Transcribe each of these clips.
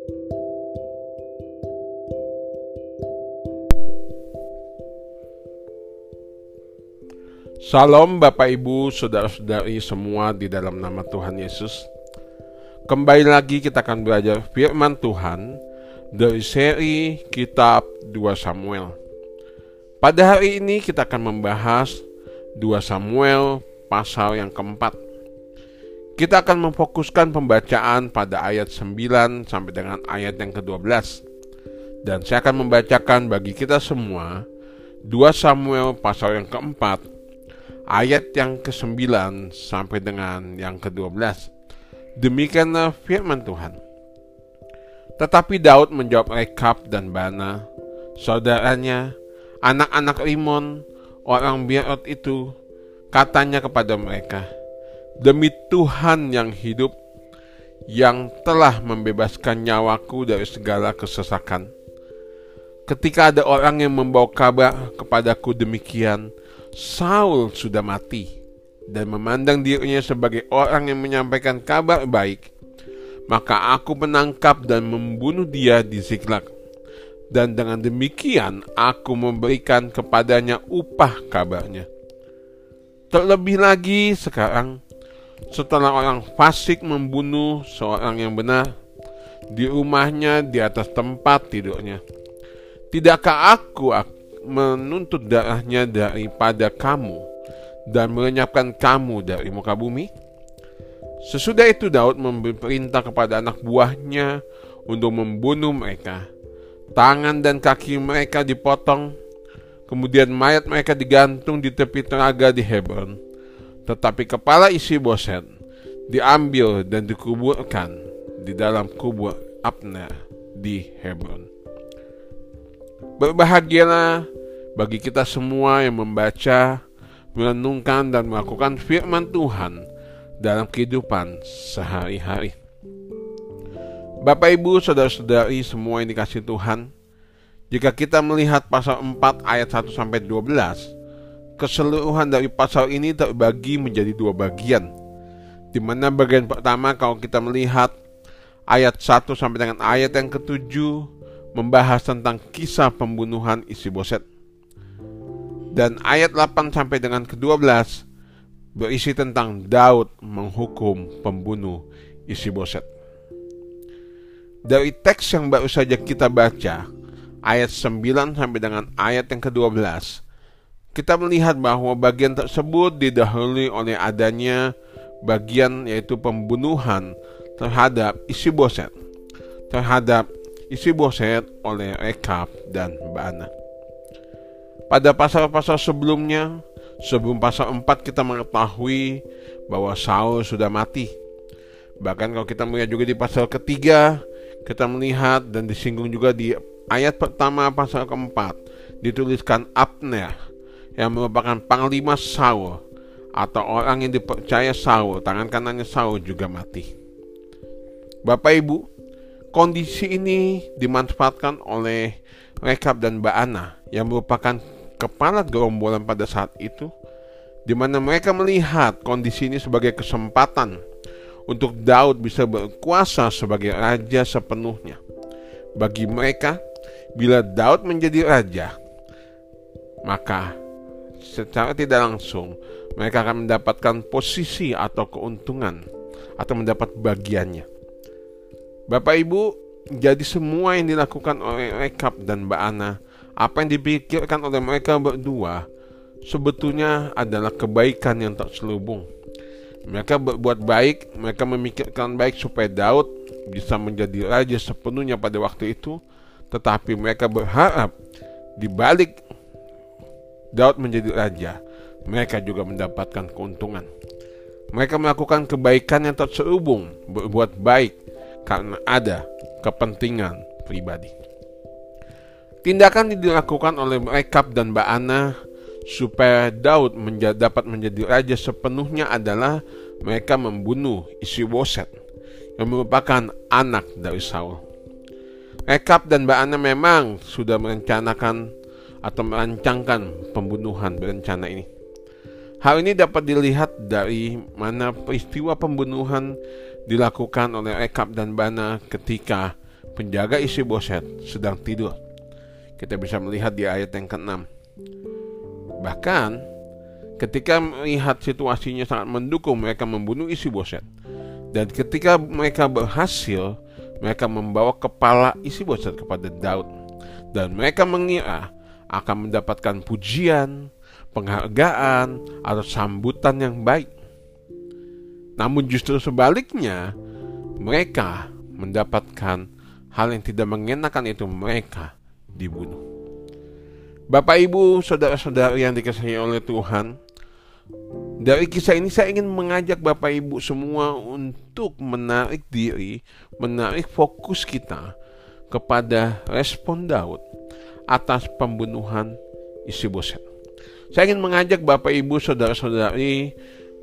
Salam Bapak Ibu, Saudara-saudari semua di dalam nama Tuhan Yesus. Kembali lagi kita akan belajar firman Tuhan dari seri Kitab 2 Samuel. Pada hari ini kita akan membahas 2 Samuel pasal yang keempat. Kita akan memfokuskan pembacaan pada ayat 9 sampai dengan ayat yang ke-12. Dan saya akan membacakan bagi kita semua 2 Samuel pasal yang keempat, ayat yang ke-9 sampai dengan yang ke-12. Demikianlah firman Tuhan. Tetapi Daud menjawab Rekab dan Baana, saudaranya, anak-anak Rimon, orang Beerot itu. Katanya kepada mereka, demi Tuhan yang hidup, yang telah membebaskan nyawaku dari segala kesesakan, ketika ada orang yang membawa kabar kepadaku demikian, Saul sudah mati, dan memandang dirinya sebagai orang yang menyampaikan kabar baik, maka aku menangkap dan membunuh dia di Ziklag, dan dengan demikian aku memberikan kepadanya upah kabarnya. Terlebih lagi sekarang, setelah orang fasik membunuh seorang yang benar di rumahnya di atas tempat tidurnya, tidakkah aku menuntut darahnya daripada kamu dan melenyapkan kamu dari muka bumi? Sesudah itu Daud memberi perintah kepada anak buahnya untuk membunuh mereka. Tangan dan kaki mereka dipotong, kemudian mayat mereka digantung di tepi telaga di Hebron. Tetapi kepala Isi-Boset diambil dan dikuburkan di dalam kubur Abner di Hebron. Berbahagialah bagi kita semua yang membaca, merenungkan, dan melakukan firman Tuhan dalam kehidupan sehari-hari. Bapak Ibu, Saudara-saudari semua yang dikasihi Tuhan, jika kita melihat pasal 4 ayat 1-12, keseluruhan dari pasal ini terbagi menjadi 2 bagian, di mana bagian pertama kalau kita melihat ayat 1 sampai dengan ayat yang ke-7 membahas tentang kisah pembunuhan Isi-Boset. Dan ayat 8 sampai dengan ke-12 berisi tentang Daud menghukum pembunuh Isi-Boset. Dari teks yang baru saja kita baca, ayat 9 sampai dengan ayat yang ke-12, kita melihat bahwa bagian tersebut didahului oleh adanya bagian yaitu pembunuhan terhadap Isi-Boset oleh Rekab dan Baana. Pada pasal-pasal sebelumnya, sebelum pasal 4 kita mengetahui bahwa Saul sudah mati. Bahkan kalau kita melihat juga di pasal ketiga, kita melihat dan disinggung juga di ayat pertama pasal keempat, dituliskan Abner yang merupakan panglima Saul atau orang yang dipercaya Saul, tangan kanannya Saul juga mati. Bapak Ibu, kondisi ini dimanfaatkan oleh Rekab dan Baana yang merupakan kepala gerombolan pada saat itu, di mana mereka melihat kondisi ini sebagai kesempatan untuk Daud bisa berkuasa sebagai raja sepenuhnya. Bagi mereka, bila Daud menjadi raja, maka secara tidak langsung mereka akan mendapatkan posisi atau keuntungan atau mendapat bagiannya. Bapak Ibu, jadi semua yang dilakukan oleh Rekab dan Baana, apa yang dipikirkan oleh mereka berdua, sebetulnya adalah kebaikan yang tak selubung. Mereka berbuat baik, mereka memikirkan baik supaya Daud bisa menjadi raja sepenuhnya pada waktu itu. Tetapi mereka berharap di balik Daud menjadi raja, mereka juga mendapatkan keuntungan. Mereka melakukan kebaikan yang tak selubung, berbuat baik karena ada kepentingan pribadi. Tindakan yang dilakukan oleh Rekab dan Baana supaya Daud dapat menjadi raja sepenuhnya adalah mereka membunuh Isi-Boset yang merupakan anak dari Saul. Rekab dan Baana memang sudah merencanakan atau merancangkan pembunuhan berencana ini. Hal ini dapat dilihat dari mana peristiwa pembunuhan dilakukan oleh Rekab dan Baana ketika penjaga Isi-Boset sedang tidur. Kita bisa melihat di ayat yang ke-6. Bahkan ketika melihat situasinya sangat mendukung, mereka membunuh Isi-Boset. Dan ketika mereka berhasil, mereka membawa kepala Isi-Boset kepada Daud. Dan mereka mengira akan mendapatkan pujian, penghargaan, atau sambutan yang baik. Namun justru sebaliknya, mereka mendapatkan hal yang tidak mengenakan, itu mereka dibunuh. Bapak, Ibu, saudara-saudari yang dikasihi oleh Tuhan, dari kisah ini saya ingin mengajak Bapak Ibu semua untuk menarik diri, menarik fokus kita kepada respon Daud atas pembunuhan Isi-Boset. Saya ingin mengajak Bapak Ibu saudara-saudari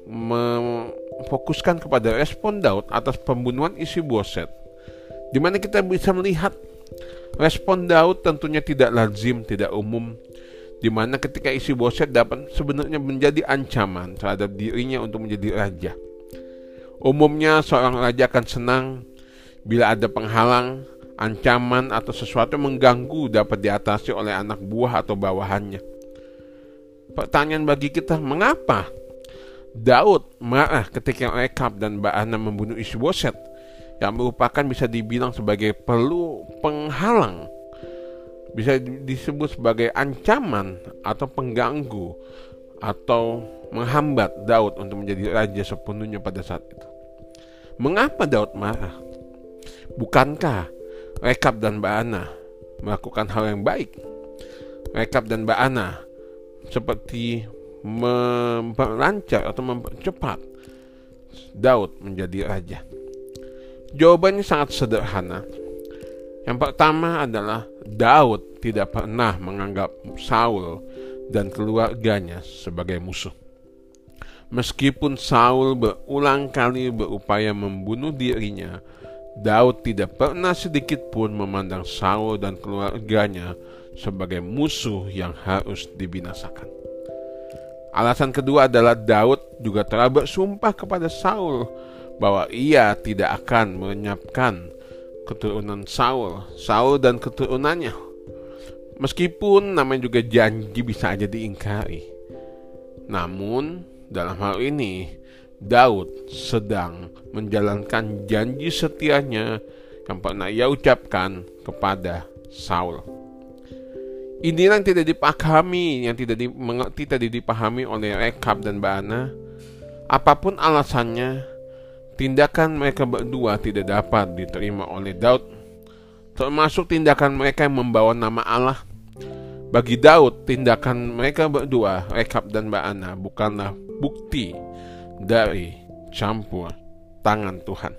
memfokuskan kepada respon Daud atas pembunuhan Isi-Boset, di mana kita bisa melihat respon Daud tentunya tidak lazim, tidak umum, di mana ketika Isi-Boset dapat sebenarnya menjadi ancaman terhadap dirinya untuk menjadi raja. Umumnya seorang raja akan senang bila ada penghalang, ancaman, atau sesuatu yang mengganggu dapat diatasi oleh anak buah atau bawahannya. Pertanyaan bagi kita, mengapa Daud marah ketika Rekab dan Baana membunuh Isi-Boset, yang merupakan bisa dibilang sebagai penghalang, bisa disebut sebagai ancaman atau pengganggu atau menghambat Daud untuk menjadi raja sepenuhnya pada saat itu. Mengapa Daud marah? Bukankah Rekab dan Baana melakukan hal yang baik? Rekab dan Baana seperti memperlancar atau mempercepat Daud menjadi raja. Jawabannya sangat sederhana. Yang pertama adalah Daud tidak pernah menganggap Saul dan keluarganya sebagai musuh. Meskipun Saul berulang kali berupaya membunuh dirinya, Daud tidak pernah sedikit pun memandang Saul dan keluarganya sebagai musuh yang harus dibinasakan. Alasan kedua adalah Daud juga telah bersumpah kepada Saul bahwa ia tidak akan melenyapkan keturunan Saul dan keturunannya. Meskipun namanya juga janji bisa aja diingkari. Namun dalam hal ini Daud sedang menjalankan janji setianya yang pernah ia ucapkan kepada Saul. Inilah yang tidak dipahami, yang tidak dimengerti, tidak dipahami oleh Rekab dan Baana. Apapun alasannya, tindakan mereka berdua tidak dapat diterima oleh Daud, termasuk tindakan mereka yang membawa nama Allah. Bagi Daud, tindakan mereka berdua, Rekab dan Baana, bukanlah bukti dari campur tangan Tuhan.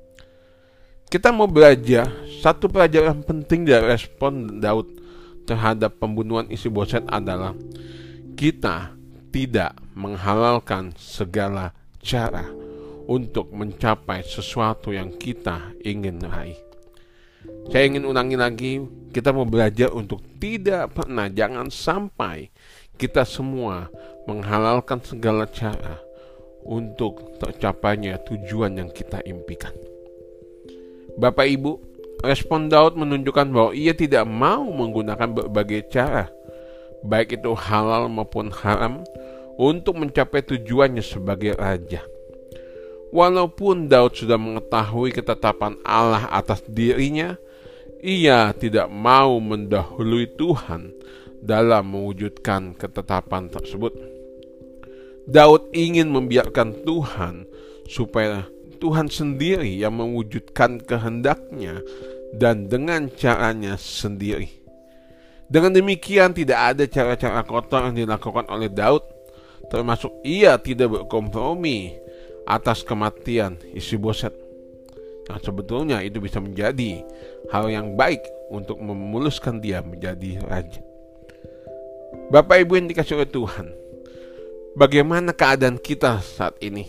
Kita mau belajar satu pelajaran penting dari respon Daud terhadap pembunuhan Isi-Boset adalah kita tidak menghalalkan segala cara untuk mencapai sesuatu yang kita ingin raih. Saya ingin ulangi lagi, kita mau belajar untuk tidak pernah, jangan sampai kita semua menghalalkan segala cara untuk tercapainya tujuan yang kita impikan. Bapak Ibu, respon Daud menunjukkan bahwa ia tidak mau menggunakan berbagai cara, baik itu halal maupun haram, untuk mencapai tujuannya sebagai raja. Walaupun Daud sudah mengetahui ketetapan Allah atas dirinya, ia tidak mau mendahului Tuhan dalam mewujudkan ketetapan tersebut. Daud ingin membiarkan Tuhan supaya Tuhan sendiri yang mewujudkan kehendaknya dan dengan caranya sendiri. Dengan demikian tidak ada cara-cara kotor yang dilakukan oleh Daud, termasuk ia tidak berkompromi atas kematian Isi-Boset. Yang sebetulnya itu bisa menjadi hal yang baik untuk memuluskan dia menjadi raja. Bapak Ibu yang dikasihi oleh Tuhan, bagaimana keadaan kita saat ini?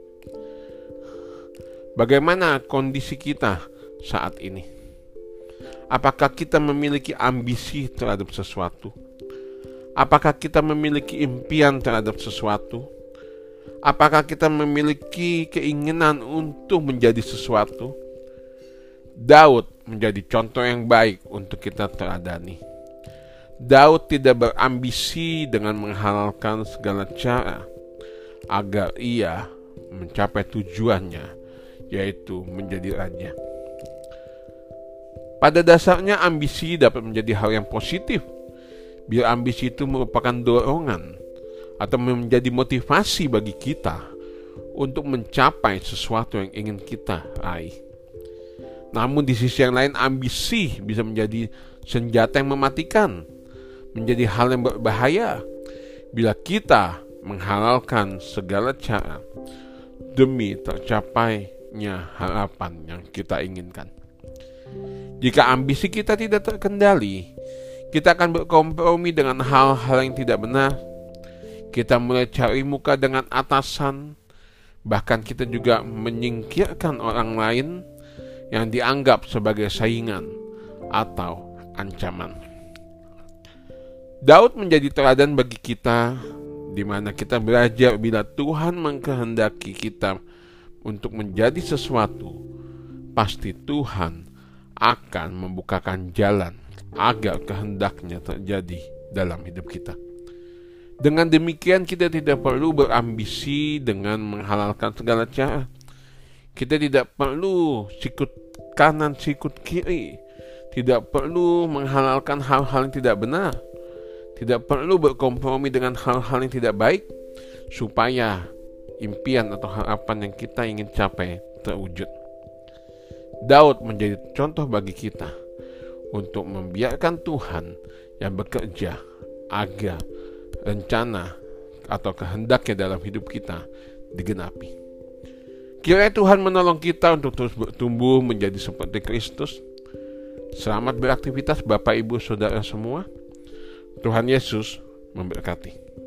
Bagaimana kondisi kita saat ini? Apakah kita memiliki ambisi terhadap sesuatu? Apakah kita memiliki impian terhadap sesuatu? Apakah kita memiliki keinginan untuk menjadi sesuatu? Daud menjadi contoh yang baik untuk kita teladani. Daud tidak berambisi dengan menghalalkan segala cara agar ia mencapai tujuannya, yaitu menjadi raja. Pada dasarnya ambisi dapat menjadi hal yang positif bila ambisi itu merupakan dorongan atau menjadi motivasi bagi kita untuk mencapai sesuatu yang ingin kita raih. Namun di sisi yang lain, ambisi bisa menjadi senjata yang mematikan, menjadi hal yang berbahaya bila kita menghalalkan segala cara demi tercapainya harapan yang kita inginkan. Jika ambisi kita tidak terkendali, kita akan berkompromi dengan hal-hal yang tidak benar. Kita mulai cari muka dengan atasan, bahkan kita juga menyingkirkan orang lain yang dianggap sebagai saingan atau ancaman. Daud menjadi teladan bagi kita, di mana kita belajar bila Tuhan mengkehendaki kita untuk menjadi sesuatu, pasti Tuhan akan membukakan jalan agar kehendaknya terjadi dalam hidup kita. Dengan demikian kita tidak perlu berambisi dengan menghalalkan segala cara. Kita tidak perlu sikut kanan sikut kiri, tidak perlu menghalalkan hal-hal yang tidak benar, tidak perlu berkompromi dengan hal-hal yang tidak baik supaya impian atau harapan yang kita ingin capai terwujud. Daud menjadi contoh bagi kita untuk membiarkan Tuhan yang bekerja agar rencana atau kehendaknya dalam hidup kita digenapi. Kiranya Tuhan menolong kita untuk terus bertumbuh menjadi seperti Kristus. Selamat beraktivitas Bapak Ibu Saudara semua. Tuhan Yesus memberkati.